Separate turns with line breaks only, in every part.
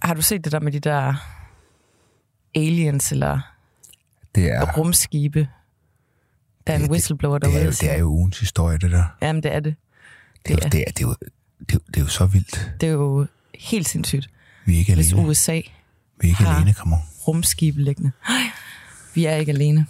Har du set det der med de der aliens eller rumskibe? Der er en whistleblower derude.
Det er jo ugens historie, det der.
Jamen, det er det.
Det er jo så vildt.
Det er jo helt sindssygt.
Vi er ikke alene.
Hvis USA
vi er ikke alene, kommer.
Rumskibe liggende. Vi er ikke alene.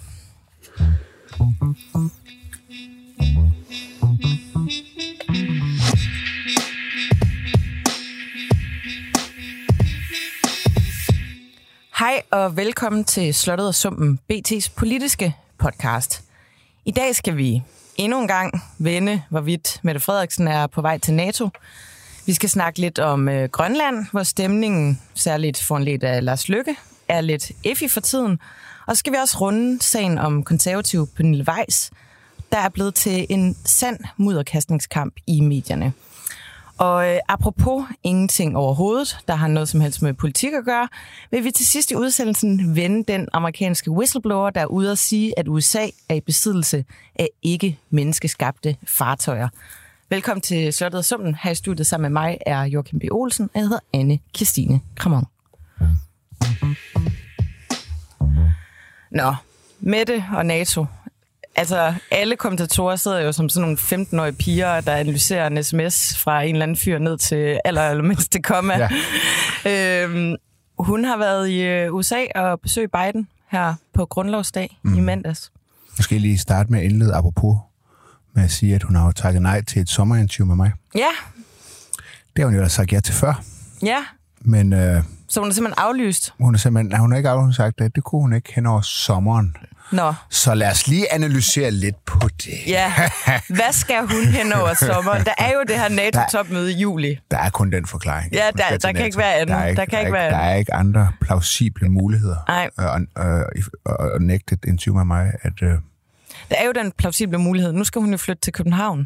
Hej og velkommen til Slottet og Sumpen, BT's politiske podcast. I dag skal vi endnu en gang vende, hvorvidt Mette Frederiksen er på vej til NATO. Vi skal snakke lidt om Grønland, hvor stemningen, særligt foranledt af Lars Løkke, er lidt effig for tiden. Og så skal vi også runde sagen om konservativ Pernille Weiss, der er blevet til en sand mudderkastningskamp i medierne. Og apropos ingenting overhovedet, der har noget som helst med politik at gøre, vil vi til sidst i udsendelsen vende den amerikanske whistleblower, der er ude at sige, at USA er i besiddelse af ikke-menneskeskabte fartøjer. Velkommen til Slottet og Sumpen. Her i studiet sammen med mig er Joachim B. Olsen, og jeg hedder Anne-Kirstine Kramon. Nå, Mette og NATO. Altså, alle kommentatorer sidder jo som sådan nogle 15-årige piger, der analyserer en sms fra en eller anden fyr ned til allermindste komma. Ja. Hun har været i USA og besøgt Biden her på grundlovsdag i mandags.
Jeg skal lige starte med at indlede apropos med at sige, at hun har jo takket nej til et sommerinterview med mig.
Ja.
Det har hun jo sagt ja til før.
Ja.
Men,
så hun er simpelthen aflyst?
Hun har ikke aflyst, sagt, at det kunne hun ikke hen over sommeren.
Nå.
Så lad os lige analysere lidt på det.
Ja, hvad skal hun hen over sommeren? Der er jo det her NATO-topmøde i juli.
Der er kun den forklaring.
Ja, der kan ikke være andet.
Der er ikke andre plausible muligheder.
Nej.
Og nægte et interview med mig, at...
Der er jo den plausible mulighed. Nu skal hun jo flytte til København.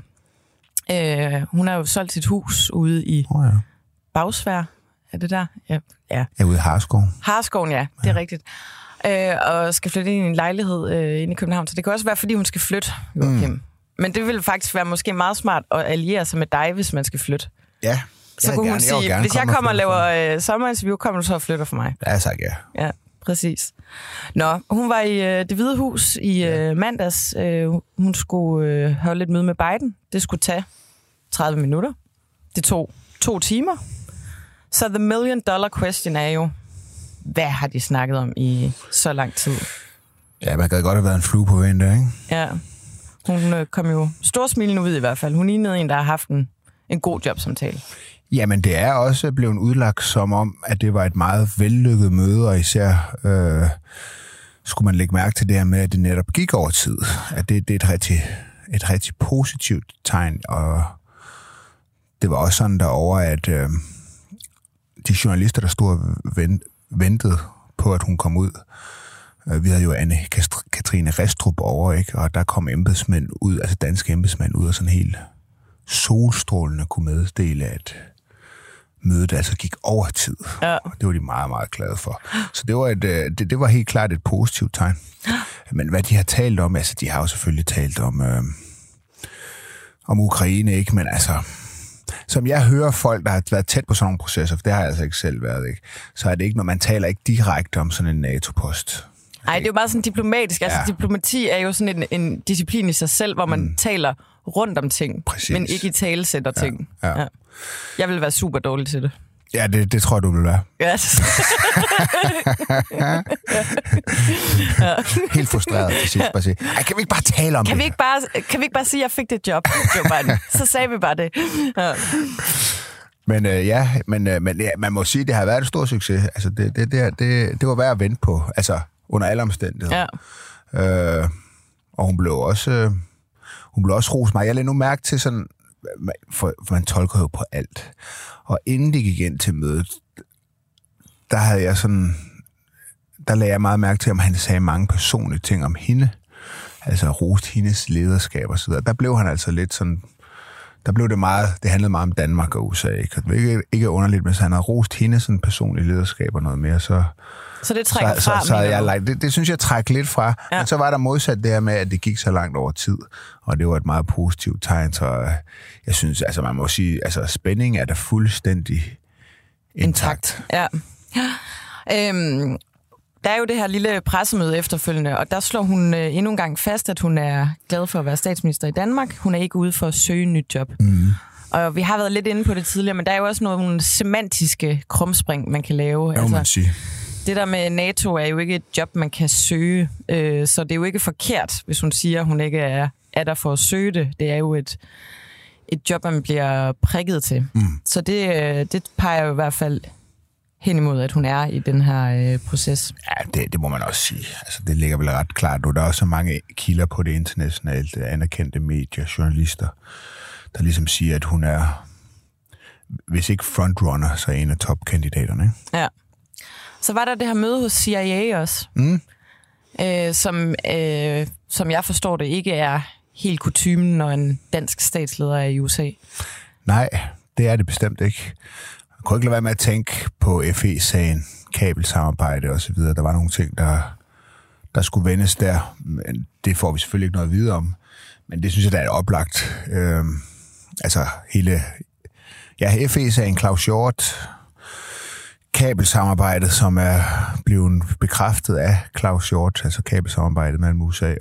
Hun har jo solgt sit hus ude i Bagsværd. Er det der? Ja.
Ja, ude i Harskoven.
Harskoven, ja. Det er rigtigt. Og skal flytte ind i en lejlighed ind i København. Så det kan også være, fordi hun skal flytte, Joachim. Men det vil faktisk være måske meget smart at alliere sig med dig, hvis man skal flytte.
Ja.
Så kunne hun sige, hvis jeg kommer og laver sommerinterview, kommer du så og flytter for mig.
Ja, sagt ja.
Ja, præcis. Nå, hun var i Det Hvide Hus i mandags. Hun skulle have lidt møde med Biden. Det skulle tage 30 minutter. Det tog 2 timer. Så the $1 million question er jo, hvad har de snakket om i så lang tid?
Ja, man kan godt have været en flue på væggen der, ikke?
Ja. Hun kom jo storsmilende ud i hvert fald. Hun lignede en, der har haft en god jobsamtale.
Jamen, det er også blevet udlagt som om, at det var et meget vellykket møde, og især skulle man lægge mærke til det her med, at det netop gik over tid. At det er et rigtig positivt tegn, og det var også sådan derovre, at de journalister, der stod og ventede på, at hun kom ud. Vi havde jo Anne-Katrine Restrup over, ikke? Og der kom embedsmænd ud, altså danske embedsmænd ud, og sådan helt solstrålende kunne meddele, at mødet altså gik over tid. Ja. Og det var de meget, meget glade for. Så det var, det var helt klart et positivt tegn. Men hvad de har talt om, altså de har jo selvfølgelig talt om Ukraine, ikke? Men altså... Som jeg hører folk, der har været tæt på sådan nogle processer, for det har jeg altså ikke selv været, ikke? Så er det ikke, når man taler ikke direkte om sådan en NATO-post.
Nej, det er jo bare sådan diplomatisk. Altså, diplomati er jo sådan en disciplin i sig selv, hvor man taler rundt om ting, men ikke i talesætter ting. Ja. Jeg vil være super dårlig til det.
Ja, det tror jeg, du vil være.
Ja.
Helt frustreret til sidst. Bare sige, kan vi ikke bare tale om det?
Kan vi ikke bare sige, at jeg fik det job, Joe Biden? Så sagde vi bare det. Ja.
Men man må sige, at det har været en stor succes. Altså, det var værd at vente på, altså under alle omstændigheder. Ja. Og hun blev også rost mig. Jeg lagde nu mærke til sådan, for man tolker jo på alt. Og inden de gik ind til mødet, der lagde jeg meget mærke til, om han sagde mange personlige ting om hende. Altså rost hendes lederskab og så videre. Der blev han altså lidt sådan... Det handlede meget om Danmark og USA, ikke? Det ikke underligt, men han har rost hendes sådan personlige lederskab og noget mere, så
det trækker fra?
Det synes jeg trækker lidt fra. Ja. Men så var der modsat det her med, at det gik så langt over tid, og det var et meget positivt tegn, så jeg synes, altså man må sige, altså spændingen er da fuldstændig intakt.
Ja. Der er jo det her lille pressemøde efterfølgende, og der slår hun endnu en gang fast, at hun er glad for at være statsminister i Danmark. Hun er ikke ude for at søge et nyt job. Og vi har været lidt inde på det tidligere, men der er jo også nogle semantiske krumspring, man kan lave.
Jo, man siger.
Det der med NATO er jo ikke et job, man kan søge, så det er jo ikke forkert, hvis hun siger, at hun ikke er der for at søge det. Det er jo et job, man bliver prikket til. Så det peger jo i hvert fald hen imod, at hun er i den her proces.
Ja, det må man også sige. Altså, det ligger vel ret klart nu. Der er også så mange kilder på det internationalt anerkendte medier, journalister, der ligesom siger, at hun er, hvis ikke frontrunner, så en af topkandidaterne.
Ja. Så var der det her møde hos CIA også, som jeg forstår det ikke er helt kutymen, når en dansk statsleder er i USA.
Nej, det er det bestemt ikke. Jeg kunne ikke lade være med at tænke på FE-sagen, kabelsamarbejde og så videre. Der var nogle ting, der skulle vendes der. Men det får vi selvfølgelig ikke noget at vide om. Men det synes jeg, der er oplagt. FE-sagen, Claus Hjort, kabelsamarbejdet, som er blevet bekræftet af Claus Hjort, altså kabelsamarbejdet mellem USA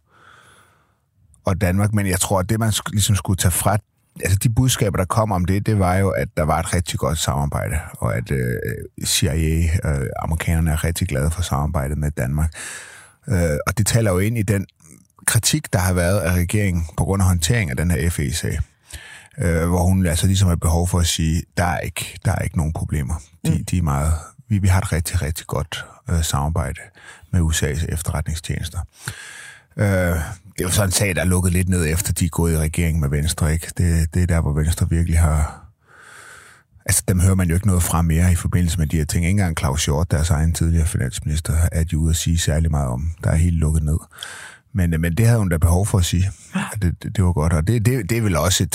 og Danmark. Men jeg tror, at det, man ligesom skulle tage fra, altså de budskaber, der kom om det var jo, at der var et rigtig godt samarbejde, og at CIA, amerikanerne er rigtig glade for samarbejdet med Danmark. Og det taler jo ind i den kritik, der har været af regeringen på grund af håndtering af den her FE-sag, hvor hun altså ligesom har behov for at sige, der er ikke nogen problemer. De er meget, vi har et rigtig, rigtig godt samarbejde med USA's efterretningstjenester. Det er jo sådan en sag, der er lukket lidt ned efter, de er gået i regering med Venstre, ikke? Det er der, hvor Venstre virkelig har... Altså, dem hører man jo ikke noget fra mere i forbindelse med de her ting. Ikke engang Claus Hjort, deres egen tidligere finansminister, er de ude at sige særlig meget om. Der er helt lukket ned. Men det havde hun da behov for at sige. Det var godt, og det er vel også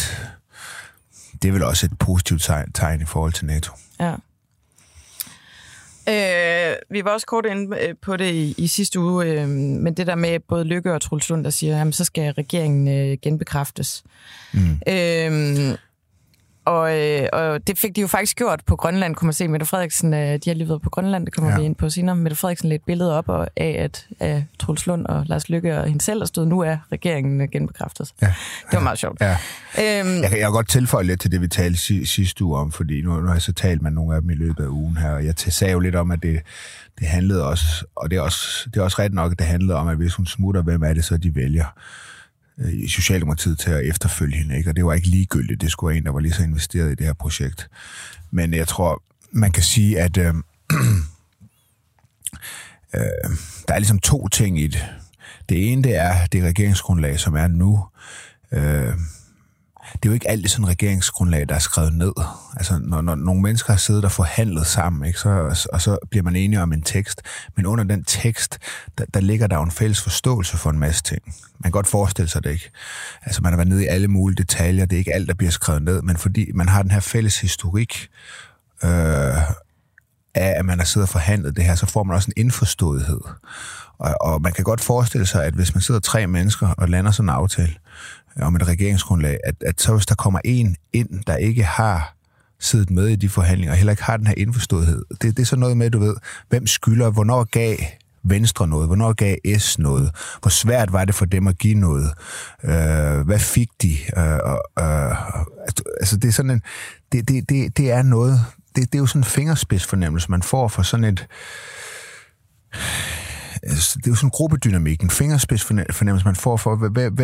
et positivt tegn i forhold til NATO.
Ja. Vi var også kort inde på det i sidste uge, men det der med både Løkke og Troels Lund, der siger, jamen så skal regeringen genbekræftes. Og det fik de jo faktisk gjort på Grønland, kunne man se. Mette Frederiksen, de har lige været på Grønland, det kommer vi ind på senere. Mette Frederiksen lagde et billede op af, at Troels Lund og Lars Løkke og hende selv, der stod, nu er regeringen genbekræftet. Ja. Det var meget sjovt. Ja.
Jeg kan godt tilføje lidt til det, vi talte sidste uge om, fordi nu har jeg så talt med nogle af dem i løbet af ugen her, og jeg sagde jo lidt om, at det handlede også, og det er også ret nok, at det handlede om, at hvis hun smutter, hvem er det så, de vælger i Socialdemokratiet til at efterfølge hende, ikke? Og det var ikke ligegyldigt. Det skulle være en, der var lige så investeret i det her projekt. Men jeg tror, man kan sige, at der er ligesom to ting i det. Det ene, det er det regeringsgrundlag, som er nu. Det er jo ikke altid sådan et regeringsgrundlag, der er skrevet ned. Altså, når nogle mennesker har siddet og forhandlet sammen, ikke, så bliver man enige om en tekst. Men under den tekst, der ligger der jo en fælles forståelse for en masse ting. Man kan godt forestille sig det, ikke? Altså, man har været nede i alle mulige detaljer. Det er ikke alt, der bliver skrevet ned. Men fordi man har den her fælles historik af, at man har siddet og forhandlet det her, så får man også en indforståethed. Og man kan godt forestille sig, at hvis man sidder 3 mennesker og lander sådan en aftale om et regeringsgrundlag, at så hvis der kommer en ind, der ikke har siddet med i de forhandlinger, og heller ikke har den her indforståethed, det er så noget med, du ved, hvem skylder, hvornår gav Venstre noget, hvornår gav S noget, hvor svært var det for dem at give noget, hvad fik de, altså det er sådan en, det er noget, det er jo sådan en fingerspidsfornemmelse, man får for sådan et, det er jo sådan en gruppedynamik, en fingerspidsfornemmelse, man får for,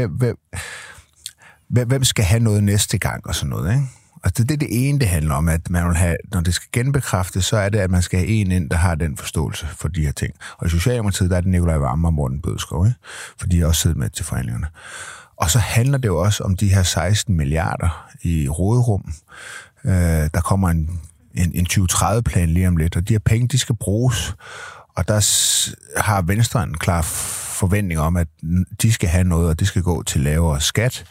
hvem skal have noget næste gang, og sådan noget, ikke? Og det er det ene, det handler om, at man vil have, når det skal genbekræftes, så er det, at man skal have en ind, der har den forståelse for de her ting. Og i Socialdemokratiet, der er det Nikolaj Wammen og Morten Bødskov, ikke? For de har også siddet med til forhandlingerne. Og så handler det jo også om de her 16 milliarder i råderum. Der kommer en 2030-plan lige om lidt, og de her penge, de skal bruges. Og der har Venstre en klar forventning om, at de skal have noget, og det skal gå til lavere skat.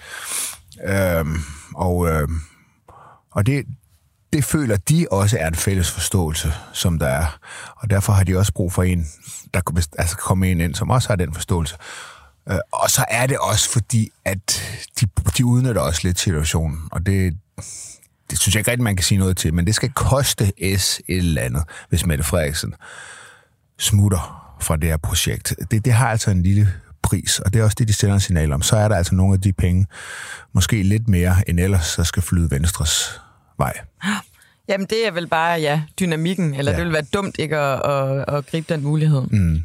Og det føler de også er en fælles forståelse, som der er. Og derfor har de også brug for en, der kan komme ind, som også har den forståelse. Og så er det også fordi, at de udnytter også lidt situationen. Og det det synes jeg ikke rigtig, man kan sige noget til, men det skal koste et eller andet, hvis Mette Frederiksen smutter fra det her projekt. Det har altså en lille pris, og det er også det, de sender en signal om. Så er der altså nogle af de penge, måske lidt mere end ellers, så skal flyde Venstres vej.
Jamen, det er vel bare, dynamikken, eller det vil være dumt ikke at gribe den mulighed. Mm.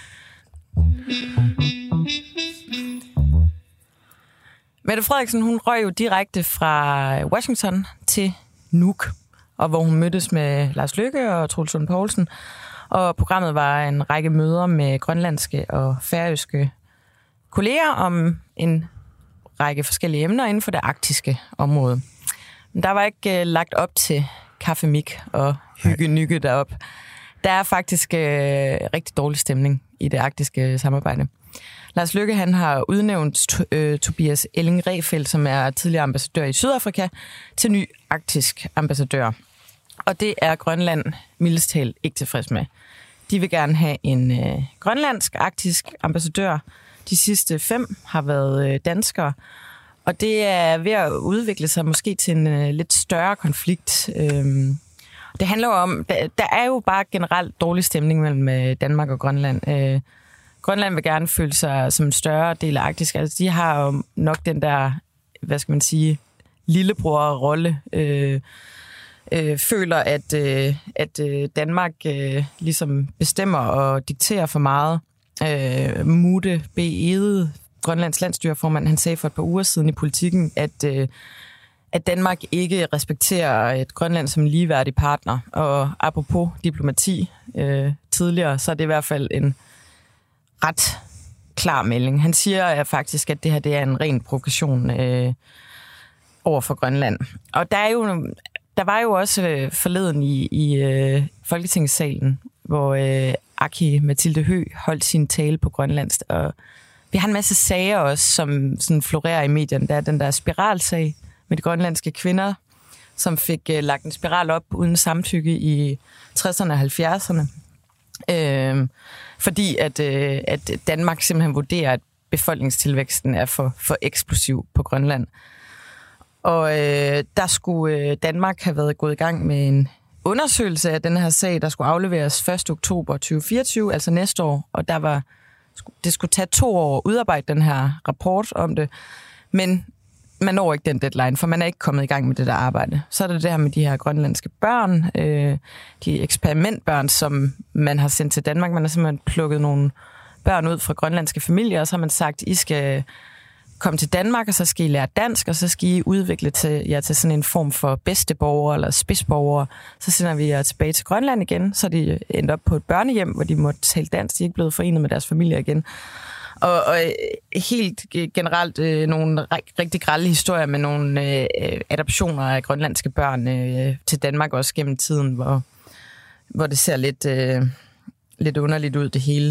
Mette Frederiksen, hun røg jo direkte fra Washington til Nuuk, og hvor hun mødtes med Lars Løkke og Troels Lund Poulsen, og programmet var en række møder med grønlandske og færøske kolleger om en række forskellige emner inden for det arktiske område. Men der var ikke lagt op til kaffemik og hygge derop. Der er faktisk rigtig dårlig stemning i det arktiske samarbejde. Lars Løkke, han har udnævnt Tobias Elling-Rehfeldt, som er tidligere ambassadør i Sydafrika, til ny arktisk ambassadør. Og det er Grønland mildest talt ikke tilfreds med. De vil gerne have en grønlandsk arktisk ambassadør. De sidste 5 har været danskere. Og det er ved at udvikle sig måske til en lidt større konflikt. Det handler jo om, der er jo bare generelt dårlig stemning mellem Danmark og Grønland. Grønland vil gerne føle sig som en større del af Arktis. Altså, de har jo nok den der, hvad skal man sige, lillebror-rolle. Føler, at Danmark ligesom bestemmer og dikterer for meget. Mutte B. Ede, Grønlands landsstyreformand, han sagde for et par uger siden i Politikken, at Danmark ikke respekterer et Grønland som en ligeværdig partner. Og apropos diplomati tidligere, så er det i hvert fald en ret klar melding. Han siger faktisk, at det her det er en ren provokation over for Grønland. Og der var jo også forleden i Folketingssalen, hvor Aki Mathilde Høgh holdt sin tale på grønlandsk. Og vi har en masse sager også, som sådan florerer i medierne. Der er den der spiralsag med de grønlandske kvinder, som fik lagt en spiral op uden samtykke i 60'erne og 70'erne. Fordi at Danmark simpelthen vurderer, at befolkningstilvæksten er for eksplosiv på Grønland. Og der skulle Danmark have været gået i gang med en undersøgelse af den her sag, der skulle afleveres 1. oktober 2024, altså næste år. Og det skulle tage 2 år at udarbejde den her rapport om det. Men man når ikke den deadline, for man er ikke kommet i gang med det der arbejde. Så er det her med de her grønlandske børn, de eksperimentbørn, som man har sendt til Danmark. Man har simpelthen plukket nogle børn ud fra grønlandske familier, og så har man sagt, I skal komme til Danmark, og så skal I lære dansk, og så skal I udvikle jer til sådan en form for bedsteborgere eller spidsborgere. Så sender vi jer tilbage til Grønland igen, så de endte op på et børnehjem, hvor de måtte tale dansk. De er ikke blevet forenet med deres familier igen. Og helt generelt nogle rigtig grelle historier med nogle adoptioner af grønlandske børn til Danmark også gennem tiden, hvor det ser lidt underligt ud, det hele.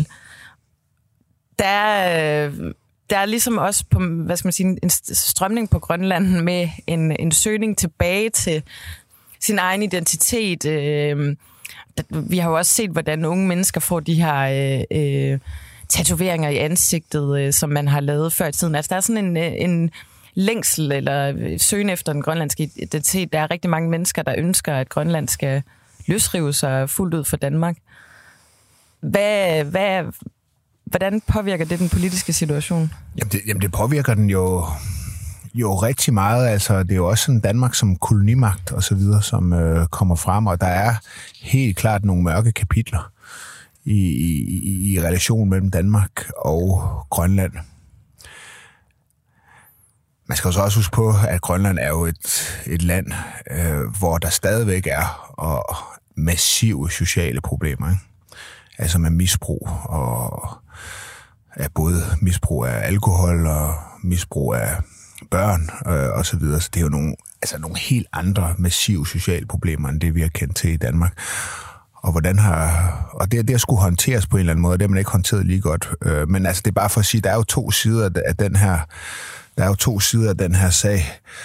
Der er ligesom også på, hvad skal man sige, en strømning på Grønland med en søgning tilbage til sin egen identitet. Vi har jo også set, hvordan unge mennesker får de her tatoveringer i ansigtet, som man har lavet før i tiden. Altså, der er sådan en længsel eller søgen efter den grønlandske identitet. Der er rigtig mange mennesker, der ønsker, at Grønland skal løsrive sig fuldt ud for Danmark. Hvordan påvirker det den politiske situation?
Jamen det påvirker den jo rigtig meget. Altså, det er jo også sådan Danmark som kolonimagt og så videre, som kommer frem, og der er helt klart nogle mørke kapitler i relationen mellem Danmark og Grønland. Man skal også huske på, at Grønland er jo et land, hvor der stadigvæk er massive sociale problemer, ikke? Altså med misbrug og både misbrug af alkohol og misbrug af børn og så videre. Så det er jo nogle helt andre massive sociale problemer, end det vi har kendt til i Danmark. Og det skulle håndteres på en eller anden måde, det har man ikke håndteret lige godt. Men altså det er bare for at sige, der er jo to sider af den her sag.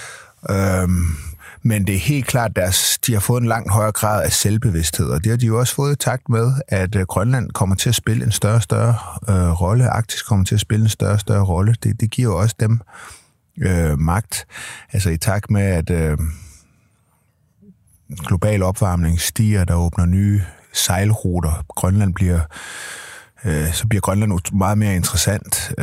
Men det er helt klart, at de har fået en langt højere grad af selvbevidsthed, og det har de jo også fået i takt med, at Grønland kommer til at spille en større og større rolle. Arktis kommer til at spille en større og større rolle. Det giver jo også dem magt. Altså i takt med, global opvarmning stiger, der åbner nye sejlruter. Så bliver Grønland meget mere interessant.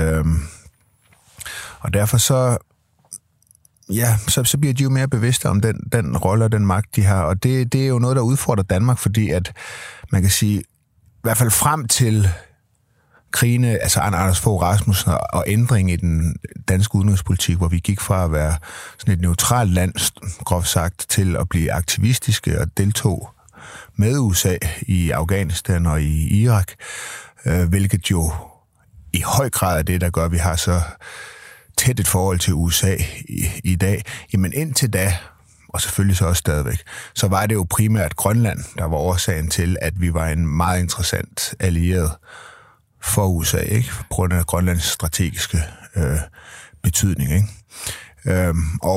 Og derfor så bliver de jo mere bevidste om den rolle og den magt, de har. Og det er jo noget, der udfordrer Danmark, fordi at man kan sige, i hvert fald frem til krigene, altså Anders Fogh Rasmussen og ændring i den danske udenrigspolitik, hvor vi gik fra at være sådan et neutralt land, groft sagt, til at blive aktivistiske og deltog med USA i Afghanistan og i Irak, hvilket jo i høj grad er det, der gør, at vi har så tæt et forhold til USA i dag. Jamen indtil da, og selvfølgelig så også stadigvæk, så var det jo primært Grønland, der var årsagen til, at vi var en meget interessant allieret for USA, ikke? På grund af Grønlands strategiske betydning, ikke?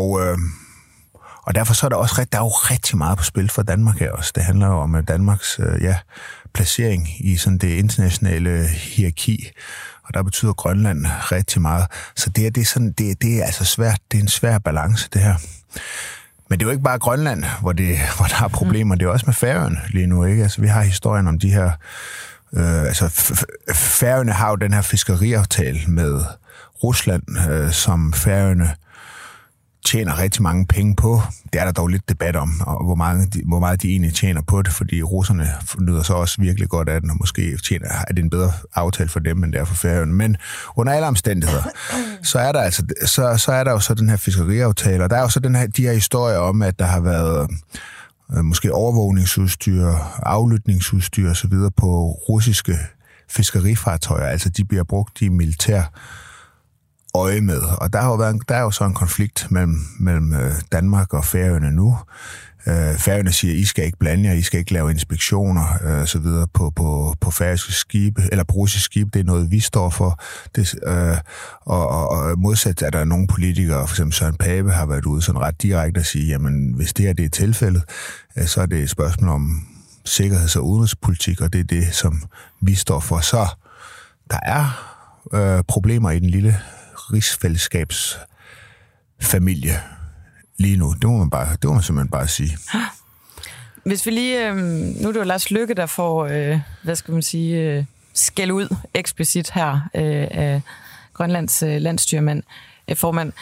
Og derfor så er der også der er jo rigtig meget på spil for Danmark her også. Det handler jo om Danmarks placering i sådan det internationale hierarki, og der betyder Grønland rigtig meget. Så det er altså svært. Det er en svær balance, det her. Men det er jo ikke bare Grønland, hvor der er problemer. Det er også med Færøerne lige nu, ikke? Altså vi har historien om de her. Færøerne har jo den her fiskeriaftale med Rusland, som Færøerne tjener rigtig mange penge på. Det er der dog lidt debat om, og hvor meget de egentlig tjener på det, fordi russerne nyder så også virkelig godt af den, og måske er det en bedre aftale for dem, end det er for Færøerne. Men under alle omstændigheder, så er der jo så den her fiskeriaftale, og der er jo så de her historier om, at der har været måske overvågningsudstyr, aflytningsudstyr og så videre på russiske fiskerifartøjer. Altså de bliver brugt i militær øje med. Og der er jo så en konflikt mellem Danmark og Færøerne nu. Færøerne siger, I skal ikke blande jer, I skal ikke lave inspektioner så videre på færøske skibe, eller på russiske skibe. Det er noget, vi står for. Og modsat er der nogle politikere, for eksempel Søren Pape, har været ude sådan ret direkte at sige, jamen hvis det er tilfældet, så er det et spørgsmål om sikkerheds- og udenrigspolitik, og det er det, som vi står for. Så der er problemer i den lille rigsfællesskabsfamilie lige nu. Det må man simpelthen bare sige.
Hvis vi lige... nu er det jo Lars Løkke, der får, skæld ud eksplicit her af Grønlands landsstyrmand, formand.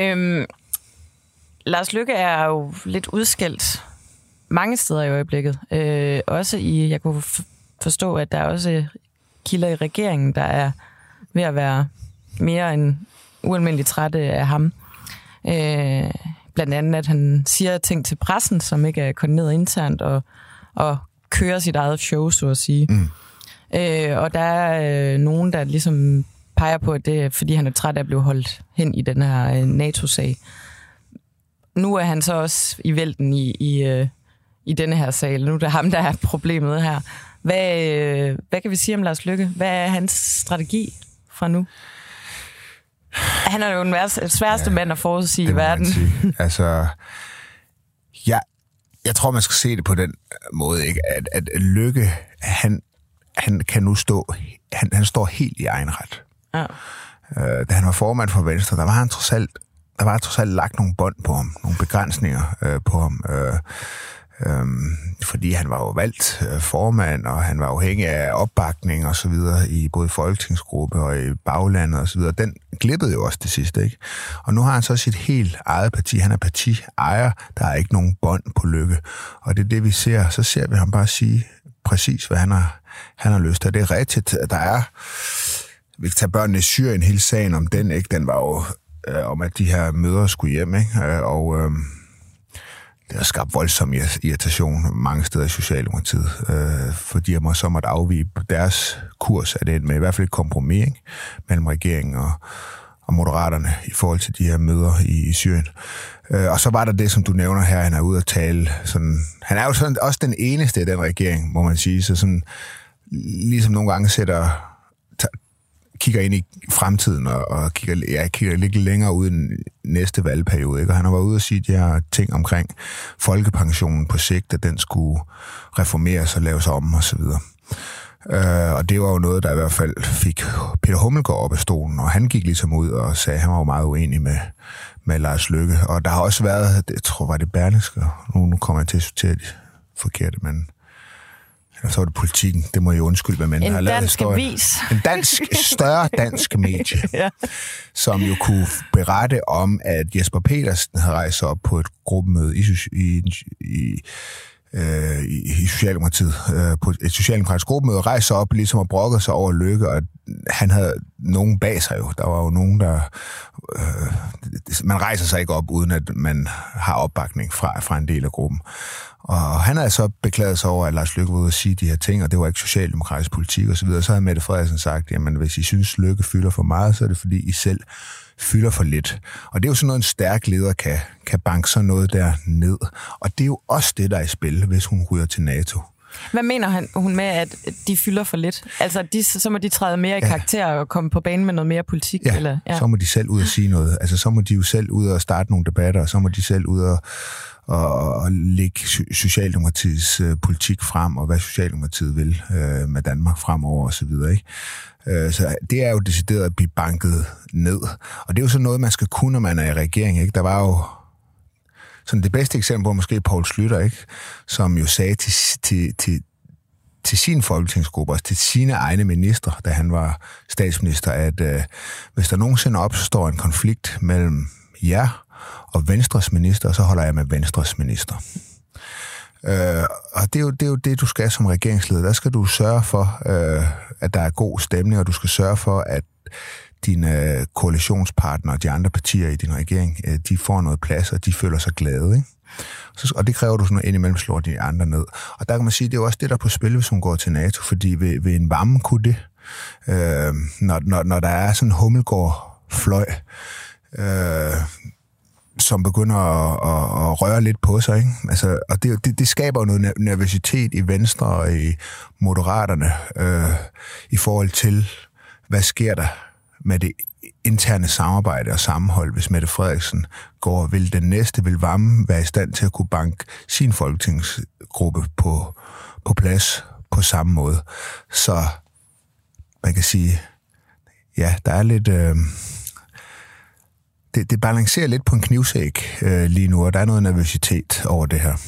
Lars Løkke er jo lidt udskældt mange steder i øjeblikket. Jeg kunne forstå, at der er også kilder i regeringen, der er ved at være mere end ualmindeligt trætte af ham. Blandt andet, at han siger ting til pressen, som ikke er koordineret internt, og kører sit eget show, så at sige. Og der er nogen, der ligesom peger på, at det er, fordi han er træt af at blive holdt hen i den her NATO-sag. Nu er han så også i vælten i denne her sag. Nu er det ham, der er problemet her. Hvad kan vi sige om Lars Løkke? Hvad er hans strategi fra nu? Han er jo den sværeste mand at forudsige i verden.
Altså, jeg tror, man skal se det på den måde, ikke? At Løkke, han kan nu stå, han står helt i egen ret. Ja. Da han var formand for Venstre, der var trods alt lagt nogle bånd på ham, nogle begrænsninger på ham. Fordi han var jo valgt formand, og han var afhængig af opbakning og så videre i både folketingsgruppe og i baglandet og så videre. Den glippede jo også det sidste, ikke? Og nu har han så sit helt eget parti. Han er partiejer. Der er ikke nogen bånd på Løkke. Og det er det, vi ser. Så ser vi ham bare sige præcis, hvad han har lyst til. Det er rigtigt. Der er... Vi kan tage børnene i Syrien, hele sagen om den, ikke? Den var jo om, at de her mødre skulle hjem, ikke? Og... det har skabt voldsom irritation mange steder i Socialdemokratiet, fordi de så måtte afvige på deres kurs af det med i hvert fald et kompromis, ikke? Mellem regeringen og Moderaterne i forhold til de her møder i Syrien. Og så var der det, som du nævner her, han er ude at tale. Sådan, han er jo sådan også den eneste i den regering, må man sige, så sådan, ligesom nogle gange kigger ind i fremtiden og kigger lidt længere ud i næste valgperiode. Ikke? Og han har været ude og sige de her ting omkring folkepensionen på sigt, at den skulle reformeres og laves om og så videre. Og det var jo noget, der i hvert fald fik Peter Hummelgaard op af stolen, og han gik ligesom ud og sagde, at han var jo meget uenig med med Lars Løkke. Og der har også været, jeg tror, var det Berlingske, nu kommer jeg til at sortere det forkerte, men eller så var det Politikken, det må jeg undskylde, men
en
har lavet
dansk avis.
En større dansk medie, ja. Som jo kunne berette om, at Jesper Petersen havde rejst op på et gruppemøde i Socialdemokratiet, på et socialdemokratisk gruppemøde, rejste op ligesom og brokkede sig over Løkke, og han havde nogen bag sig jo. Der var jo nogen, der... man rejser sig ikke op, uden at man har opbakning fra en del af gruppen. Og han havde så beklaget sig over, at Lars Løkke var ude at sige de her ting, og det var ikke socialdemokratisk politik osv. Så havde Mette Frederiksen sagt, jamen hvis I synes, Løkke fylder for meget, så er det fordi I selv fylder for lidt. Og det er jo sådan noget, en stærk leder kan banke sådan noget der ned. Og det er jo også det, der er i spil, hvis hun ryger til NATO.
Hvad mener hun med, at de fylder for lidt? Altså, så må de træde mere i karakter og komme på banen med noget mere politik?
Ja,
eller? Ja,
så må de selv ud og sige noget. Altså, så må de jo selv ud og starte nogle debatter, og så må de selv ud og lægge Socialdemokratiets politik frem, og hvad Socialdemokratiet vil med Danmark fremover og så videre, ikke? Så det er jo decideret at blive banket ned. Og det er jo sådan noget, man skal kunne, når man er i regering, ikke? Der var jo sådan det bedste eksempel på måske Poul Schlüter, ikke? Som jo sagde til sin folketingsgruppe, også til sine egne ministre, da han var statsminister, at hvis der nogensinde opstår en konflikt mellem jer og Venstres minister, så holder jeg med Venstres minister. Og det er jo det, du skal som regeringsleder. Der skal du sørge for, at der er god stemning, og du skal sørge for, at dine koalitionspartnere og de andre partier i din regering, de får noget plads, og de føler sig glade, ikke? Og det kræver du sådan noget indimellem slår de andre ned. Og der kan man sige, det er jo også det, der er på spil, hvis hun går til NATO, fordi ved en varme kunne det, når der er sådan en Hummelgaard-fløj, som begynder at røre lidt på sig, ikke? Altså, og det skaber jo noget nervøsitet i Venstre og i Moderaterne i forhold til, hvad sker der med det interne samarbejde og sammenhold, hvis Mette Frederiksen går, vil Vamme være i stand til at kunne banke sin folketingsgruppe på plads på samme måde. Så man kan sige, ja, der er lidt... Det balancerer lidt på en knivsæg lige nu, og der er noget nervøsitet over det her.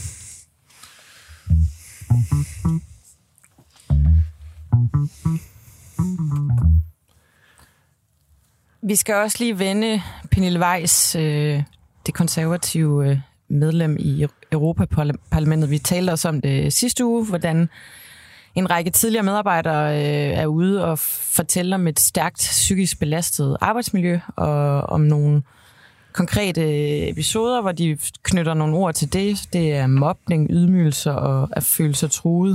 Vi skal også lige vende Pernille Weiss, det konservative medlem i Europaparlamentet. Vi talte også om det sidste uge, hvordan en række tidligere medarbejdere er ude og fortæller om et stærkt psykisk belastet arbejdsmiljø, og om nogle konkrete episoder, hvor de knytter nogle ord til det. Det er mobning, ydmygelser og at føle sig truet.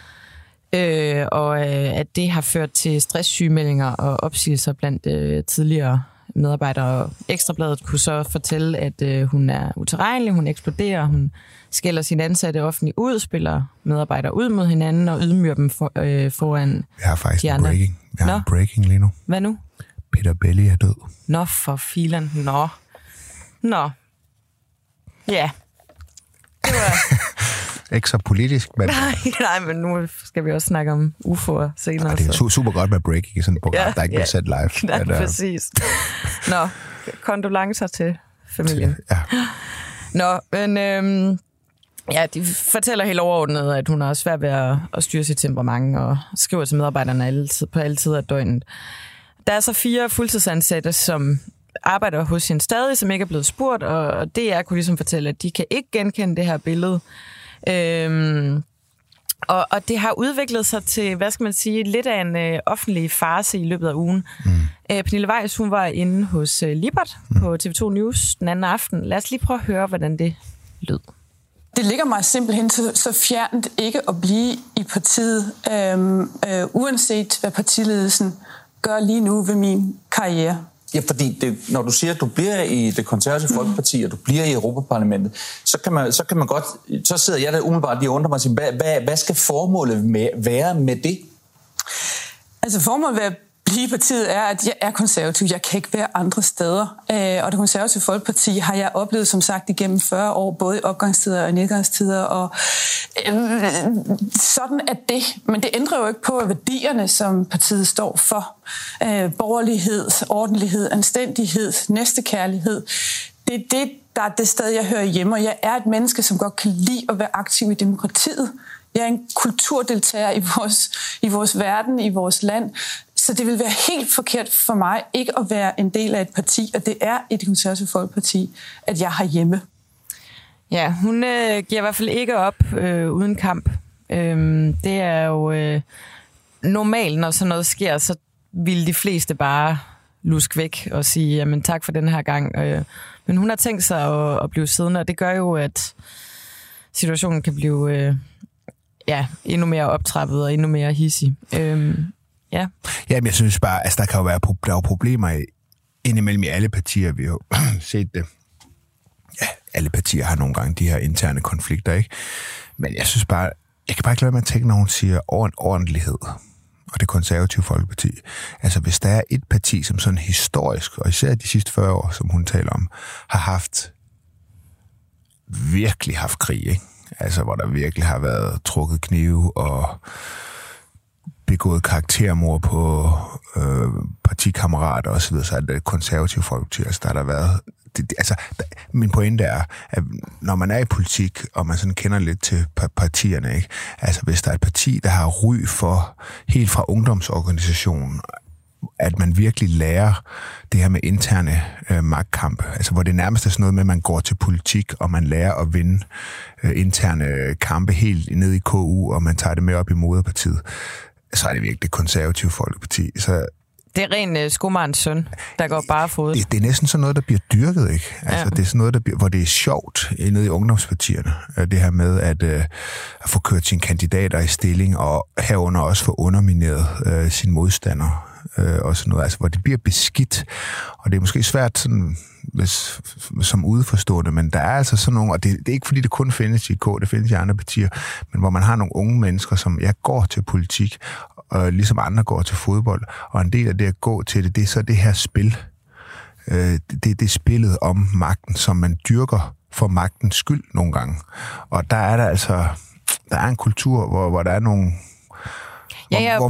Og at det har ført til stresssygemeldinger og opsigelser blandt tidligere medarbejdere. Ekstrabladet kunne så fortælle, at hun er utilregnelig, hun eksploderer, hun skælder sine ansatte offentligt ud, spiller medarbejdere ud mod hinanden og ydmyger dem foran
Jeg har faktisk
de andre.
en breaking lige nu.
Hvad nu? Peter
Belli er død.
Nå, for filen. Nå. Ja. Det var...
Ikke så politisk, men...
Nej, men nu skal vi også snakke om UFO'er senere.
Ja, det er super godt med breaking i sådan et program, der ikke bliver sendt live.
Nej, præcis. Nå, kondolencer til familien.
Ja.
Nå, men ja, de fortæller helt overordnet, at hun har svært ved at styre sit temperament og skriver til medarbejderne på alle tider af døgnet. Der er så 4 fuldtidsansatte, som arbejder hos hende stadig, som ikke er blevet spurgt, og DR kunne ligesom fortælle, at de kan ikke genkende det her billede. Og det har udviklet sig til, hvad skal man sige, lidt af en offentlig farce i løbet af ugen. Pernille Weiss, hun var inde hos Lippert på TV2 News den anden aften. Lad os lige prøve at høre, hvordan det lød.
Det ligger mig simpelthen så fjernt ikke at blive i partiet, uanset hvad partiledelsen gør lige nu ved min karriere.
Ja, fordi når du siger, at du bliver i det konservative Folkeparti, og du bliver i Europaparlamentet, så kan man godt, så sidder jeg der umiddelbart lige og undrer mig og siger, hvad skal formålet være med det?
Altså formålet ved at blive i partiet er, at jeg er konservativ. Jeg kan ikke være andre steder. Og det konservative Folkeparti har jeg oplevet, som sagt, igennem 40 år, både i opgangstider og nedgangstider, og sådan er det. Men det ændrer jo ikke på værdierne, som partiet står for. Borgerlighed, ordentlighed, anstændighed, næstekærlighed. det, der er det sted, jeg hører hjemme, og jeg er et menneske, som godt kan lide at være aktiv i demokratiet. Jeg er en kulturdeltager i vores verden, i vores land. Så det vil være helt forkert for mig ikke at være en del af et parti, og det er i Det Konservative Folkeparti, at jeg har hjemme.
Ja, hun giver i hvert fald ikke op uden kamp. Det er jo normalt, når sådan noget sker, så vil de fleste bare luske væk og sige, jamen tak for den her gang. Men hun har tænkt sig at blive siddende, og det gør jo, at situationen kan blive endnu mere optrappet og endnu mere hidsig. Ja.
Jamen, jeg synes bare, altså der kan jo være problemer indimellem i alle partier. Vi har jo set det. Ja, alle partier har nogle gange de her interne konflikter, ikke? Men jeg synes bare, jeg kan bare ikke lade med at tænke, når hun siger ordentlighed, og Det Konservative Folkeparti. Altså, hvis der er et parti, som sådan historisk, og især de sidste 40 år, som hun taler om, har virkelig haft krig, ikke? Altså, hvor der virkelig har været trukket knive og begået karaktermord på partikammerater og så videre, så er Det Konservative Folkeparti. Altså, der har der været... min pointe er, at når man er i politik, og man sådan kender lidt til partierne, ikke? Altså, hvis der er et parti, der har ry for, helt fra ungdomsorganisationen, at man virkelig lærer det her med interne magtkampe, altså hvor det nærmest er sådan noget med, at man går til politik, og man lærer at vinde interne kampe helt ned i KU, og man tager det med op i moderpartiet, så er det virkelig Det Konservative Folkeparti. Så
det er ren skomagerens søn, der går bare fodet.
Det er næsten sådan noget, der bliver dyrket, ikke? Altså, det er sådan noget, hvor det er sjovt nede i ungdomspartierne. Det her med at få kørt sine kandidater i stilling, og herunder også få undermineret sine modstandere og sådan noget. Altså, hvor det bliver beskidt. Og det er måske svært sådan, som udeforstående, men der er altså sådan nogle, og det er ikke fordi, det kun findes i K, det findes i andre partier, men hvor man har nogle unge mennesker, som går til politik, og ligesom andre går til fodbold, og en del af det at gå til det er så det her spil. Det er spillet om magten, som man dyrker for magtens skyld nogle gange. Og der er der altså, der er en kultur, hvor der er nogle, hvor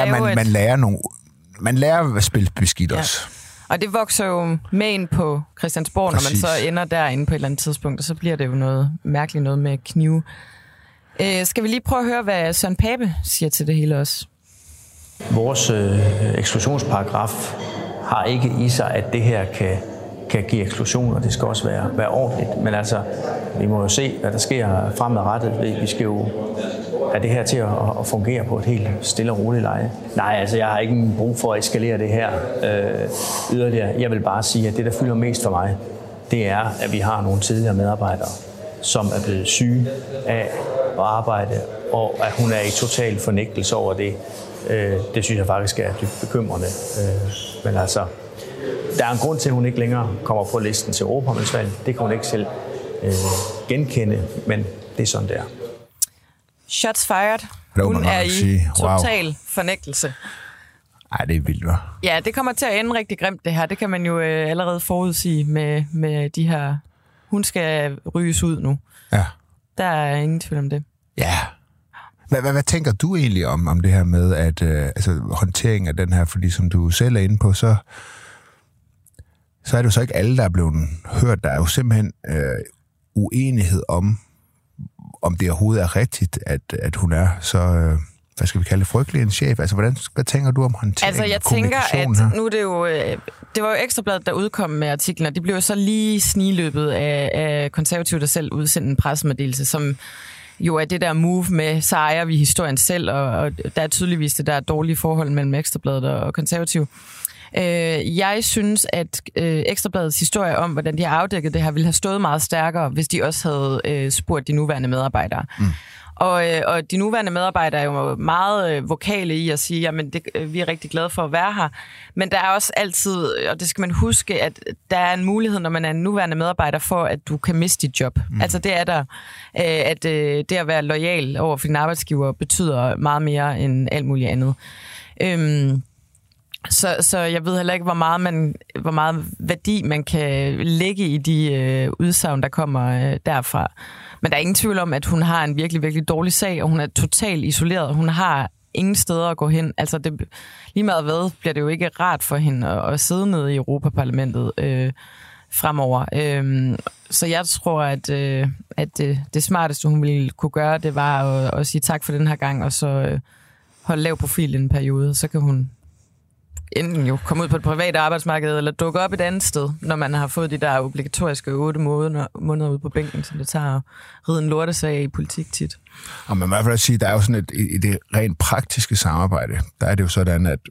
man lærer at spille beskidt også.
Og det vokser jo med ind på Christiansborg, Præcis. Når man så ender derinde på et eller andet tidspunkt, og så bliver det jo noget mærkeligt noget med knive. Skal vi lige prøve at høre, hvad Søren Pape siger til det hele også?
Vores eksklusionsparagraf har ikke i sig, at det her kan give eksklusion, og det skal også være ordentligt. Men altså, vi må jo se, hvad der sker fremadrettet. Vi skal jo have det her til at fungere på et helt stille og roligt leje. Nej, altså jeg har ikke brug for at eskalere det her yderligere. Jeg vil bare sige, at det, der fylder mest for mig, det er, at vi har nogle tidligere medarbejdere, som er blevet syge af at arbejde, og at hun er i total fornægtelse over det. Det synes jeg faktisk er dybt bekymrende. Men altså, der er en grund til, at hun ikke længere kommer på listen til Europaparlamentsvalget. Det kan hun ikke selv genkende, men det er sådan, det er.
Shots fired. Hun er i total fornægtelse.
Ej, det er vildt, hva'?
Ja, det kommer til at ende rigtig grimt, det her. Det kan man jo allerede forudsige med de her... Hun skal ryges ud nu. Ja. Der er ingen tvivl om det.
Ja. Hvad tænker du egentlig om det her med, at håndtering af den her, fordi som du selv er inde på, så er det jo så ikke alle, der er blevet hørt. Der er jo simpelthen uenighed om det overhovedet er rigtigt, at hun er så, hvad skal vi kalde det, frygtelig en chef. Altså, hvad tænker du om håndtering?
Altså, jeg tænker, at nu er det jo... Det var jo Ekstrabladet, der udkom med artiklen, og de blev jo så lige sniløbet af Konservative, der selv udsendte en pressemeddelelse, som jo er det der move med, så ejer vi historien selv, og der er tydeligvis det der dårlige forhold mellem Ekstrabladet og Konservative. Jeg synes, at Ekstrabladets historie om, hvordan de har afdækket det her, ville have stået meget stærkere, hvis de også havde spurgt de nuværende medarbejdere. Og de nuværende medarbejdere er jo meget vokale i at sige, jamen vi er rigtig glade for at være her. Men der er også altid, og det skal man huske, at der er en mulighed, når man er en nuværende medarbejder, for at du kan miste dit job. Altså det er der, at det at være loyal over for din arbejdsgiver betyder meget mere end alt muligt andet. Så jeg ved heller ikke, hvor meget værdi man kan lægge i de udsagn, der kommer derfra. Men der er ingen tvivl om, at hun har en virkelig, virkelig dårlig sag, og hun er totalt isoleret. Hun har ingen steder at gå hen. Altså lige meget hvad, bliver det jo ikke rart for hende at sidde nede i Europaparlamentet. fremover. Så jeg tror, at det smarteste, hun ville kunne gøre, det var at sige tak for den her gang, og så holde lav profil i en periode. Så kan hun enten jo komme ud på et privat arbejdsmarked, eller dukke op et andet sted, når man har fået de der obligatoriske 8 måneder ude på bænken, som det tager at ride en lortesag i politik tit.
Og man må i hvert fald sige, at der er jo sådan i det rent praktiske samarbejde, der er det jo sådan, at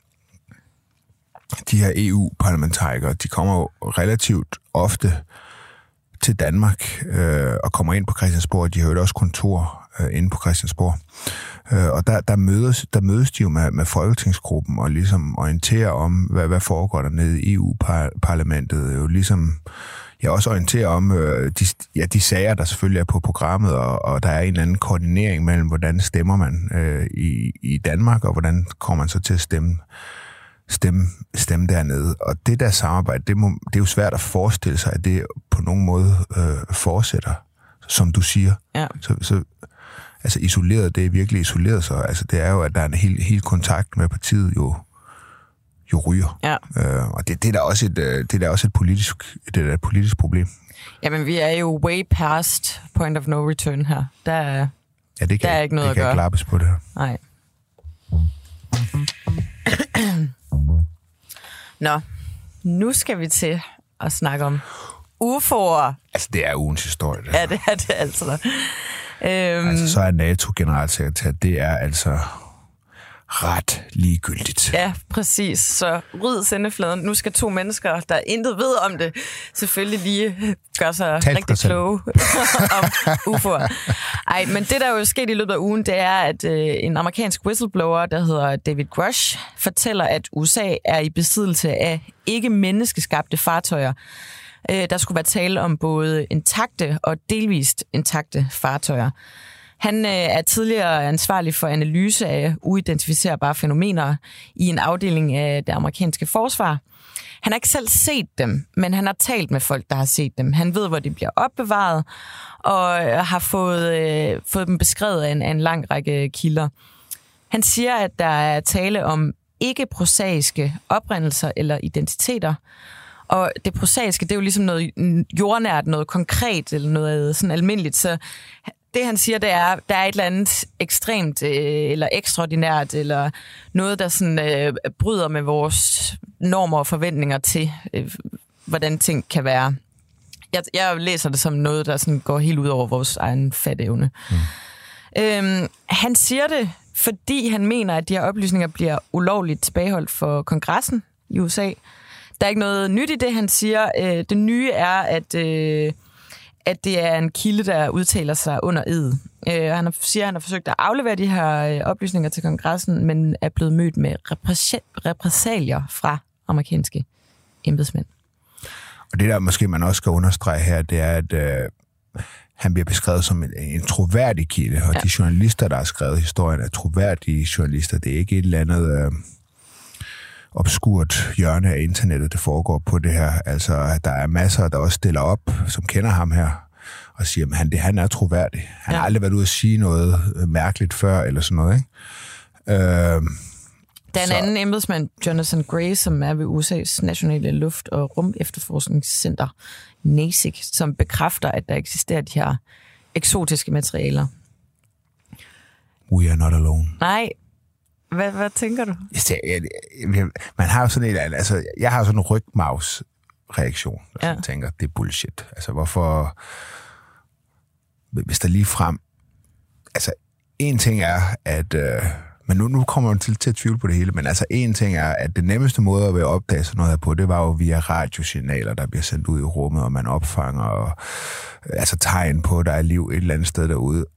de her EU-parlamentarikere, de kommer jo relativt ofte til Danmark og kommer ind på Christiansborg. De har jo også kontor inde på Christiansborg. Og der mødes de jo med Folketingsgruppen og ligesom orienterer om, hvad foregår der nede i EU-parlamentet. Jo ligesom også orienterer om de sager, der selvfølgelig er på programmet, og der er en eller anden koordinering mellem, hvordan stemmer man i Danmark, og hvordan kommer man så til at stemme dernede. Og det der samarbejde, det er jo svært at forestille sig, at det på nogen måde fortsætter, som du siger.
Ja. Så
altså isoleret, det er virkelig isoleret så. Altså det er jo, at der er en helt kontakt med partiet jo ryger.
Ja.
Og det er da også et politisk problem.
Jamen, vi er jo way past point of no return her. Der er ikke noget at gøre.
Det kan klappes på det her.
Nej. Nå, nu skal vi til at snakke om UFO'er.
Altså, det er ugens historie. Det.
Ja, det er det altså.
Altså, så er NATO-generalsekretær, det er altså ret ligegyldigt.
Ja, præcis. Så ryd sendefladen. Nu skal 2 mennesker, der intet ved om det, selvfølgelig lige gøre sig rigtig kloge om UFO'er. Ej, men det, der jo er sket i løbet af ugen, det er, at en amerikansk whistleblower, der hedder David Grush, fortæller, at USA er i besiddelse af ikke-menneskeskabte fartøjer. Der skulle være tale om både intakte og delvist intakte fartøjer. Han er tidligere ansvarlig for analyse af uidentificerbare fænomener i en afdeling af det amerikanske forsvar. Han har ikke selv set dem, men han har talt med folk, der har set dem. Han ved, hvor de bliver opbevaret, og har fået dem beskrevet af en lang række kilder. Han siger, at der er tale om ikke-prosaiske oprindelser eller identiteter. Og det prosaiske, det er jo ligesom noget jordnært, noget konkret eller noget sådan almindeligt. Så det, han siger, det er, der er et eller andet ekstremt eller ekstraordinært, eller noget, der sådan, bryder med vores normer og forventninger til, hvordan ting kan være. Jeg læser det som noget, der sådan går helt ud over vores egen fatteevne. Han siger det, fordi han mener, at de her oplysninger bliver ulovligt tilbageholdt for kongressen i USA. Der er ikke noget nyt i det, han siger. Det nye er, at det er en kilde, der udtaler sig under ed. Han siger, at han har forsøgt at aflevere de her oplysninger til kongressen, men er blevet mødt med repressalier fra amerikanske embedsmænd.
Og det der måske man også skal understrege her, det er, at han bliver beskrevet som en troværdig kilde, og de journalister, der har skrevet historien, er troværdige journalister. Det er ikke et eller andet obskurt hjørne af internettet, det foregår på det her. Altså, der er masser, der også stiller op, som kender ham her, og siger, at han er troværdig. Han har aldrig været ude at sige noget mærkeligt før, eller sådan noget, ikke?
Der er en anden embedsmand, Jonathan Gray, som er ved USA's Nationale Luft- og Rumefterforskningscenter, NASIC, som bekræfter, at der eksisterer de her eksotiske materialer.
We are not alone.
Nej. Hvad tænker du?
Man har jo sådan et, altså, jeg har sådan en rygmavsreaktion, og jeg tænker, det er bullshit. Altså, hvorfor, hvis der lige frem, altså, en ting er, at, men nu kommer man til at tvivle på det hele, men altså, en ting er, at det nemmeste måde at opdage sådan noget her på, det var jo via radiosignaler, der bliver sendt ud i rummet, og man opfanger, og, altså, tegn på, der er liv et eller andet sted derude.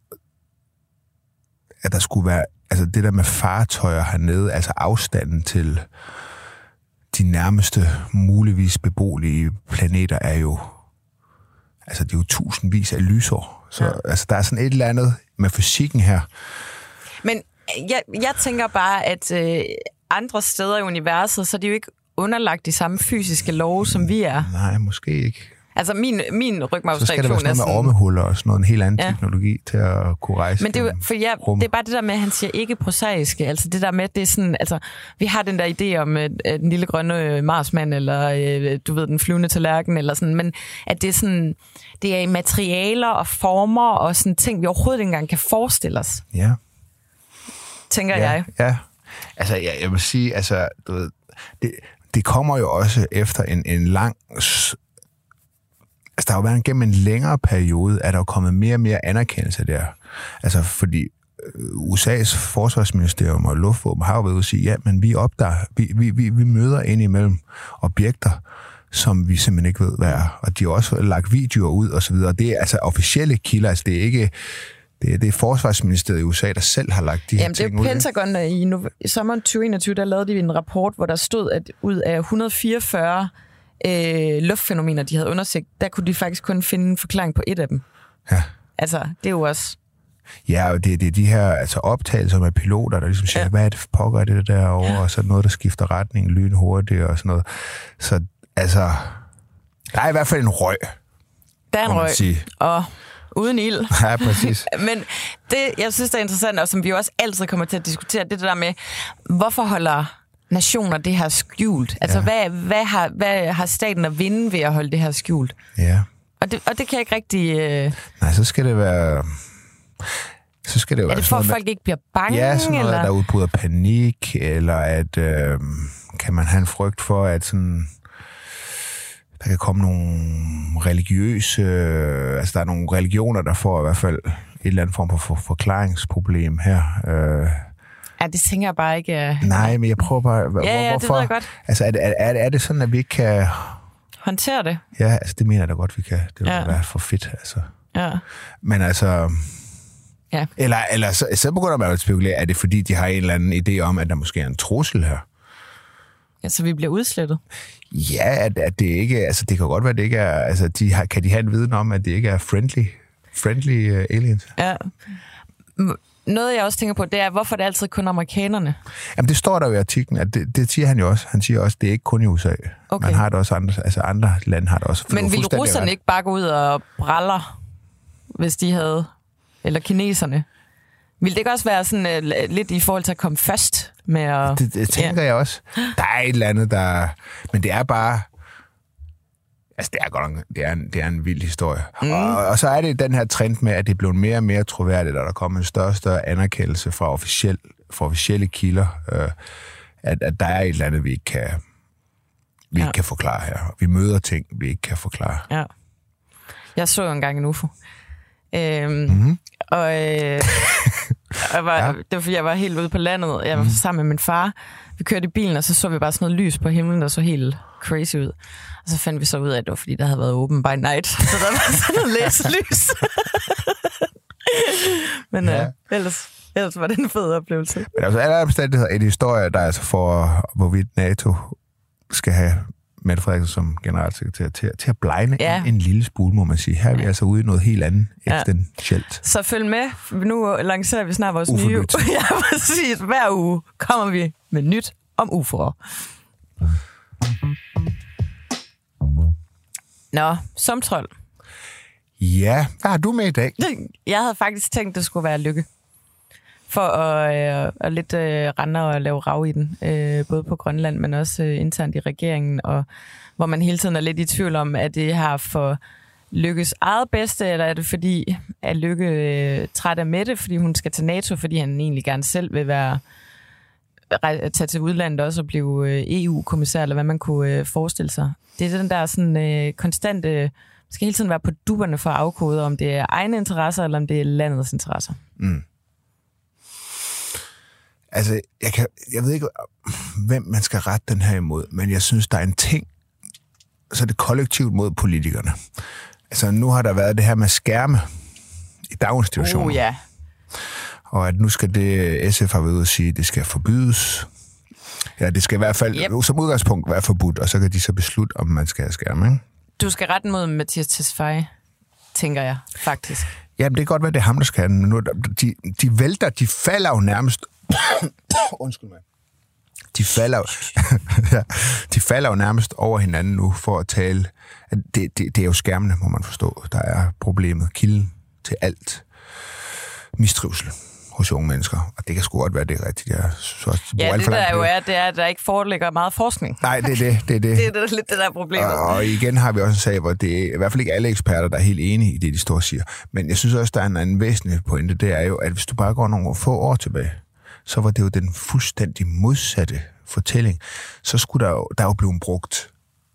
At der skulle være, altså det der med fartøjer hernede, altså afstanden til de nærmeste muligvis beboelige planeter er jo, altså det er jo tusindvis af lysår. Så altså der er sådan et eller andet med fysikken her.
Men jeg tænker bare, at andre steder i universet, så er de jo ikke underlagt de samme fysiske love, som vi er.
Nej, måske ikke.
Altså min rygmarvsreaktion
så skal det være sådan noget med ormehuller og sådan noget, en helt anden teknologi til at kunne rejse.
Men det er bare det der med, at han siger ikke prosaiske. Altså det der med, det er sådan, altså vi har den der idé om den lille grønne marsmand, eller du ved, den flyvende tallerken, eller sådan, men at det er sådan, det er i materialer og former og sådan ting, vi overhovedet ikke engang kan forestille os.
Ja.
Tænker jeg.
Ja. Altså jeg vil sige, altså du ved, det kommer jo også efter en lang... Altså, der har jo været gennem en længere periode, at der er kommet mere og mere anerkendelse der. Altså, fordi USA's forsvarsministerium og luftvåben har jo været ude at sige, ja, men vi opdager, vi møder ind imellem objekter, som vi simpelthen ikke ved, hvad er. Og de har også lagt videoer ud, og så videre. Det er altså officielle kilder, altså det er ikke... Det er Forsvarsministeriet i USA, der selv har lagt de her ting ud.
Jamen, det er Pentagon. I sommeren 2021, der lavede de en rapport, hvor der stod, at ud af 144 luftfænomener, de havde undersøgt, der kunne de faktisk kun finde en forklaring på et af dem.
Ja.
Altså, det er jo også...
Ja, og det er de her altså optagelser med piloter, der ligesom siger, hvad er det for pokker, det derovre, og så noget, der skifter retning lynhurtigt og sådan noget. Så altså, der er i hvert fald en røg.
Der er en røg, og uden ild.
Ja, præcis.
Men det, jeg synes, det er interessant, og som vi jo også altid kommer til at diskutere, det der med, hvorfor holder nationer det her skjult? Altså, hvad har staten at vinde ved at holde det her skjult?
Ja.
Og det kan jeg ikke rigtig...
Nej, så skal det være...
Er det for, at folk ikke bliver bange?
Ja, sådan noget,
eller?
der udbryder panik, eller at kan man have en frygt for, at sådan... Der kan komme nogle religiøse... altså, der er nogle religioner, der får i hvert fald et eller andet form for forklaringsproblem her.
Ja, det tænker jeg bare ikke...
Nej, men jeg prøver bare... Hvorfor?
Det ved jeg godt.
Altså, er det sådan, at vi ikke kan...
håndtere det?
Ja, altså, det mener jeg da godt, vi kan. Det vil være for fedt, altså.
Ja.
Men altså...
Ja.
Eller så begynder man at spekulere, er det fordi, de har en eller anden idé om, at der måske er en trussel her?
Ja, så vi bliver udslettet?
Ja, at det ikke... Altså, det kan godt være, at det ikke er... Altså, kan de have en viden om, at det ikke er friendly aliens?
Ja. Noget, jeg også tænker på, det er, hvorfor det er altid kun amerikanerne?
Jamen, det står der jo i artiklen, at det siger han jo også. Han siger også, at det er ikke kun i USA. Okay. Man har det også andre lande har det også.
Men ville russerne ikke bare gå ud og braller, hvis de havde... Eller kineserne? Vil det ikke også være sådan lidt i forhold til at komme først med at...
Det tænker jeg også. Der er et eller andet, der... Men det er bare... Altså, det er godt nok... Det er en vild historie. Og så er det den her trend med, at det bliver mere og mere troværdigt, og der kommer en større og større anerkendelse fra officielle kilder, at der er et eller andet, vi ikke kan forklare her. Vi møder ting, vi ikke kan forklare.
Ja. Jeg så jo engang en UFO. Og det var fordi, jeg var helt ude på landet. Jeg var sammen med min far. Vi kørte i bilen, og så vi bare sådan noget lys på himlen, der så helt crazy ud. Og så fandt vi så ud af, at det var fordi, der havde været open by night. Så der var sådan noget læselys. Men ellers var det en fed oplevelse.
Men altså, alle omstændigheder en historie, der altså for, hvorvidt NATO skal have Mette Frederiksen som generalsekretær til at blegne en lille smule, må man sige. Her er vi altså ude i noget helt andet eksistentielt.
Så følg med. Nu lancerer vi snart vores nye... Ja, præcis. Hver uge kommer vi med nyt om UFO'er. Nå, Sumtrol.
Ja, hvad har du med i dag?
Jeg havde faktisk tænkt, det skulle være Lykke. For at lidt rende og lave rav i den. Både på Grønland, men også internt i regeringen. Og hvor man hele tiden er lidt i tvivl om, at det her for Lykkes eget bedste, eller er det fordi, at Lykke træt af Mette, fordi hun skal til NATO, fordi han egentlig gerne selv vil tage til udlandet også og blive EU-kommissær, eller hvad man kunne forestille sig. Det er den der sådan konstante... skal hele tiden være på dupperne for at afkode, om det er egne interesser, eller om det er landets interesser.
Mm. Altså, jeg ved ikke, hvem man skal rette den her imod, men jeg synes, der er en ting, så er det kollektivt mod politikerne. Altså, nu har der været det her med skærme i daginstitutioner.
Ja.
Og at nu skal det, SF har været ude at sige, at det skal forbydes. Ja, det skal i hvert fald som udgangspunkt være forbudt, og så kan de så beslutte, om man skal have skærme, ikke?
Du skal rette mod Mathias Tesfaye, tænker jeg, faktisk.
Jamen, det kan godt være, det er ham, der skal. Nu, de vælter, de falder jo nærmest... Undskyld mig. de falder jo nærmest over hinanden nu for at tale. Det er jo skærmene, må man forstå. Der er problemet, kilden til alt mistrivsel hos unge mennesker. Og det kan sgu godt være, det er rigtigt.
Det der jo er, det er, at der ikke foreligger meget forskning.
Nej, det er det.
Det er lidt det der problem.
Og igen har vi også en sag, hvor det er i hvert fald ikke alle eksperter, der er helt enige i det, de står og siger. Men jeg synes også, der er en væsentlig pointe. Det er jo, at hvis du bare går nogle få år tilbage, så var det jo den fuldstændig modsatte fortælling. Så skulle der jo blive brugt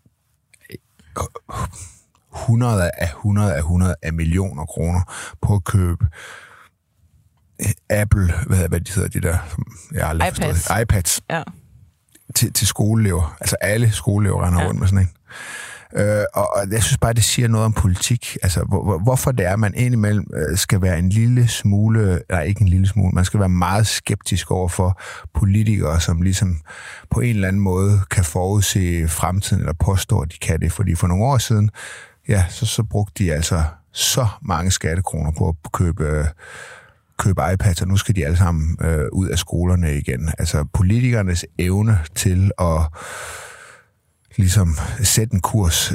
hundrede af millioner kroner på at købe Apple, hvad de hedder, de der, jeg aldrig forstået, iPads
ja.
til skoleelever. Altså alle skoleelever render rundt med sådan en. Og jeg synes bare, det siger noget om politik. Altså, hvorfor det er, at man indimellem skal være en lille smule, eller ikke en lille smule, man skal være meget skeptisk over for politikere, som ligesom på en eller anden måde kan forudse fremtiden, eller påstå, at de kan det. Fordi for nogle år siden, ja, så brugte de altså så mange skattekroner på at købe iPads, og nu skal de alle sammen ud af skolerne igen. Altså politikernes evne til at ligesom sætte en kurs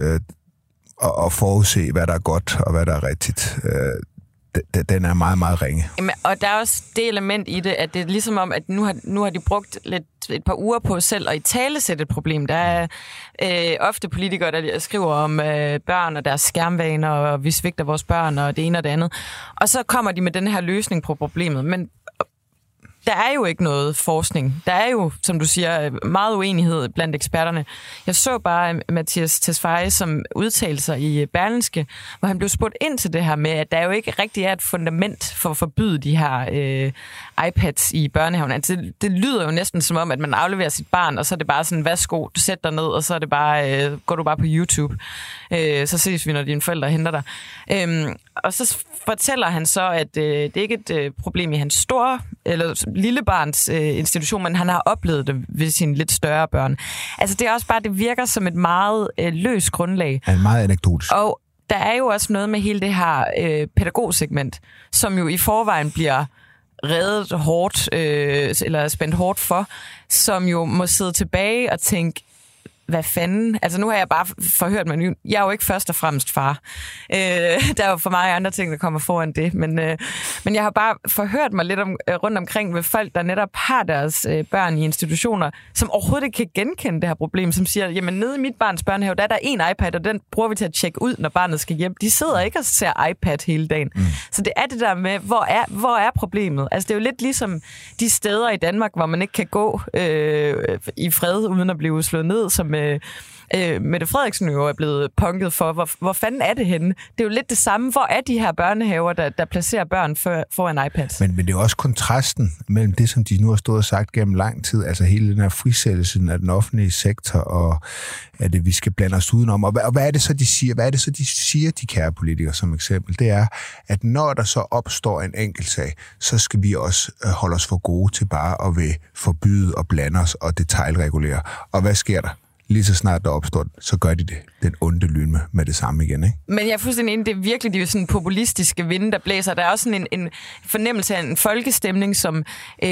og forudse, hvad der er godt og hvad der er rigtigt, den er meget, meget ringe.
Jamen, og der er også det element i det, at det er ligesom om, at nu har de brugt et par uger på selv at italesætte et problem. Der er ofte politikere, der skriver om børn og deres skærmvaner, og vi svigter vores børn og det ene og det andet. Og så kommer de med den her løsning på problemet. Men der er jo ikke noget forskning. Der er jo, som du siger, meget uenighed blandt eksperterne. Jeg så bare Mathias Tesfaye, som udtalte sig i Berlingske, hvor han blev spurgt ind til det her med, at der jo ikke rigtig er et fundament for at forbyde de her iPads i børnehaven. Altså, det lyder jo næsten som om, at man afleverer sit barn, og så er det bare sådan, værsgo, du sætter dig ned, og så er det bare, går du bare på YouTube. Så ses vi, når dine forældre henter dig. Og så fortæller han så, at det er ikke et problem i hans store eller lille barns institution, men han har oplevet det ved sine lidt større børn. Altså det er også bare, det virker som et meget løst grundlag.
Ja, meget anekdotisk.
Og der er jo også noget med hele det her pædagogsegment, som jo i forvejen bliver reddet hårdt, eller spændt hårdt for, som jo må sidde tilbage og tænke, hvad fanden? Altså nu har jeg bare forhørt mig. Jeg er jo ikke først og fremmest far. Der er jo for mig andre ting, der kommer foran det. Men jeg har bare forhørt mig lidt rundt omkring ved folk, der netop har deres børn i institutioner, som overhovedet ikke kan genkende det her problem, som siger, jamen nede i mit barns børnehave, der er en iPad, og den bruger vi til at tjekke ud, når barnet skal hjem. De sidder ikke og ser iPad hele dagen. Så det er det der med, hvor er problemet? Altså det er jo lidt ligesom de steder i Danmark, hvor man ikke kan gå i fred, uden at blive slået ned, som Mette Frederiksen jo er blevet punket for. Hvor fanden er det henne? Det er jo lidt det samme. Hvor er de her børnehaver, der placerer børn foran iPads?
Men det er jo også kontrasten mellem det, som de nu har stået og sagt gennem lang tid, altså hele den her frisættelsen af den offentlige sektor, og at vi skal blande os udenom. Og hvad er det så, de siger? Hvad er det så, de siger, de kære politikere, som eksempel? Det er, at når der så opstår en enkeltsag, så skal vi også holde os for gode til bare at vil forbyde og blande os og detailregulere. Og hvad sker der? Lige så snart der opstår, så gør de det. Den onde lyn med det samme igen, ikke?
Men jeg er fuldstændig enig, det er virkelig de sådan populistiske vinde, der blæser. Der er også sådan en fornemmelse af en folkestemning, som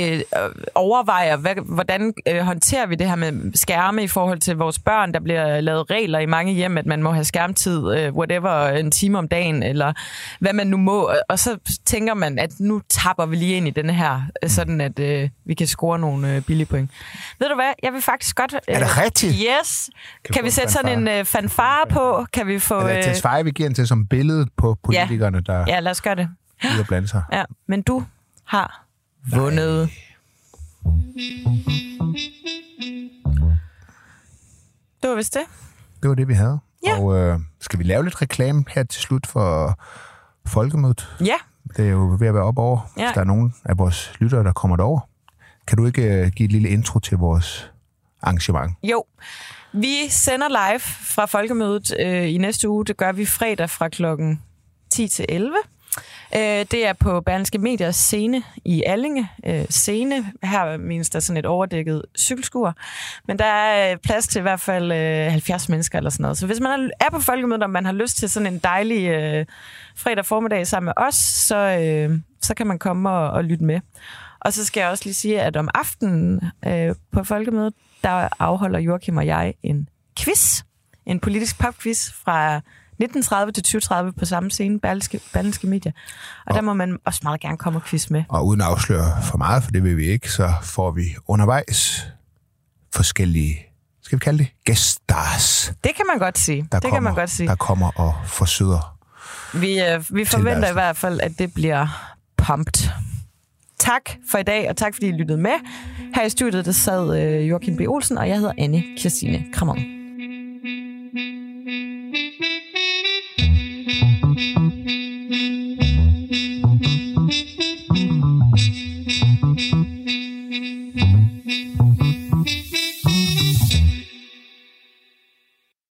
overvejer, hvordan håndterer vi det her med skærme i forhold til vores børn. Der bliver lavet regler i mange hjem, at man må have skærmtid, whatever, en time om dagen, eller hvad man nu må. Og så tænker man, at nu tapper vi lige ind i denne her, sådan at vi kan score nogle billige point. Ved du hvad? Jeg vil faktisk godt...
Er det rigtigt?
Yes. Kan vi sætte sådan en fanfare på? Kan vi få...
Eller Tesfaye, vi giver den til som billede på politikerne, der...
Ja, lad os gøre det.
Ud at blande sig.
Ja, men du har vundet. Det var vist det.
Det var det, vi havde.
Ja.
Og skal vi lave lidt reklame her til slut for Folkemødet?
Ja.
Det er jo ved at være op over.
Ja.
Hvis der er nogen af vores lyttere, der kommer derover. Kan du ikke give et lille intro til vores arrangement?
Jo. Vi sender live fra Folkemødet i næste uge. Det gør vi fredag fra klokken 10 til 11. Det er på Berlingske Mediers scene i Allinge. Scene, her menes der sådan et overdækket cykelskur. Men der er plads til i hvert fald 70 mennesker eller sådan noget. Så hvis man er på Folkemødet, og man har lyst til sådan en dejlig fredag formiddag sammen med os, så kan man komme og lytte med. Og så skal jeg også lige sige, at om aftenen på Folkemødet, der afholder Joachim og jeg en quiz. En politisk popquiz fra 1930 til 2030 på samme scene, Berlingske Media. Og der må man også meget gerne komme og quiz med.
Og uden at afsløre for meget, for det vil vi ikke, så får vi undervejs forskellige, skal vi kalde det, gæststars.
Det kan man godt sige.
Der kommer og forsøger.
Vi forventer i hvert fald, at det bliver pumped. Tak for i dag, og tak fordi I lyttede med. Her i studiet, der sad Joachim B. Olsen, og jeg hedder Anne Kirstine Kramon.